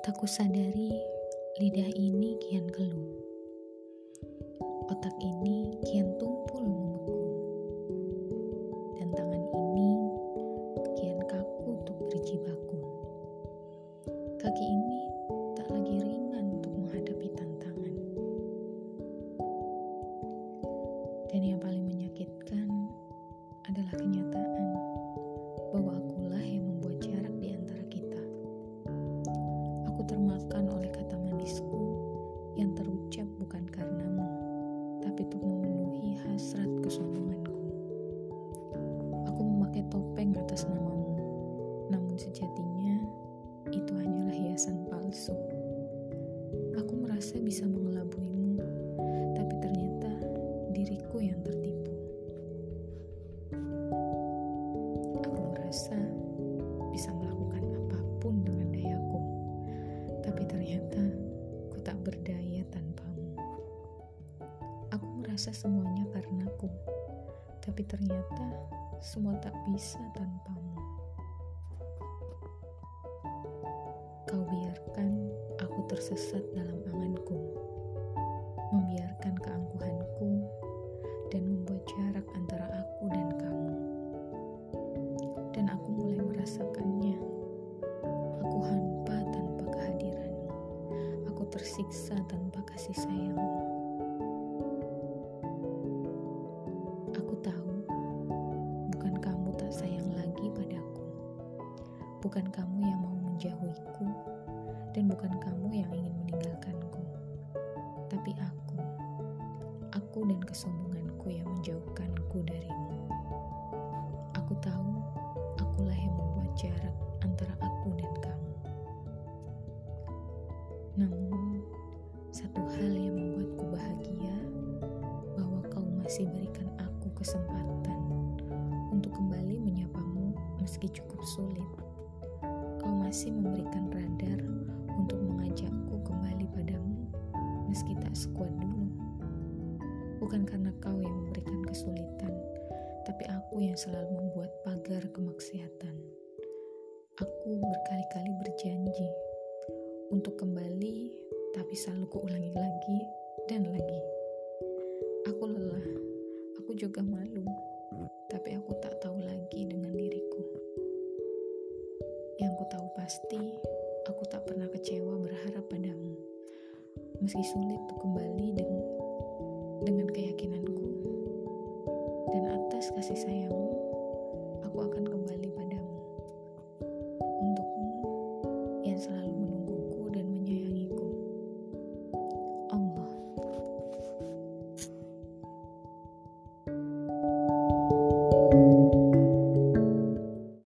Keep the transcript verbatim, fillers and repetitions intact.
Tak kusadari, lidah ini kian keluh. Otak ini kian tumpul membeku. Dan tangan ini kian kaku untuk berjibaku. Kaki ini tak lagi ringan untuk menghadapi tantangan. Dan yang paling menyakitkan adalah kenyataan bahwa akulah yang membuat jarak di antara kita. Aku termakan oleh kata manisku yang terucap bukan karenamu, tapi untuk memenuhi hasrat kesombonganku. Aku memakai topeng atas namamu, namun sejatinya itu hanyalah hiasan palsu. Aku merasa bisa mengelabuimu, tapi ternyata diriku yang tertipu. Aku merasa bisa melakukan apapun dengan dayaku, tapi ternyata ku tak berdaya tanpamu. Aku merasa semuanya karenaku, tapi ternyata semua tak bisa tanpamu. Kau biarkan aku tersesat dalam anganku, membiarkan keangkuhanku, dan membuat jarak antara aku dan kamu. Dan aku mulai merasakannya. Aku hampa tanpa kehadiranmu. Aku tersiksa tanpa kasih sayangmu. Aku tahu, bukan kamu tak sayang lagi padaku. Bukan kamu yang mau menjauhiku, dan bukan kamu yang ingin meninggalkanku. Tapi aku, aku dan kesombonganku yang menjauhkanku darimu. Aku tahu, akulah yang membuat jarak antara aku dan kamu. Namun, satu hal yang membuatku bahagia, bahwa kau masih berikan aku kesempatan untuk kembali menyapamu meski cukup sulit. Kau masih memberikan radar untuk mengajakku kembali padamu meski tak sekuat dulu. Bukan karena kau yang memberikan kesulitan, tapi aku yang selalu membuat pagar kemaksiatan. Aku berkali-kali berjanji untuk kembali, tapi selalu kuulangi lagi dan lagi. Aku lelah, aku juga malu, tapi aku tak tahu lagi dengan diriku. Yang ku tahu pasti, aku tak pernah kecewa berharap padamu, meski sulit untuk kembali dengan, dengan keyakinanku. Dan atas kasih sayangmu, aku akan kembali padamu.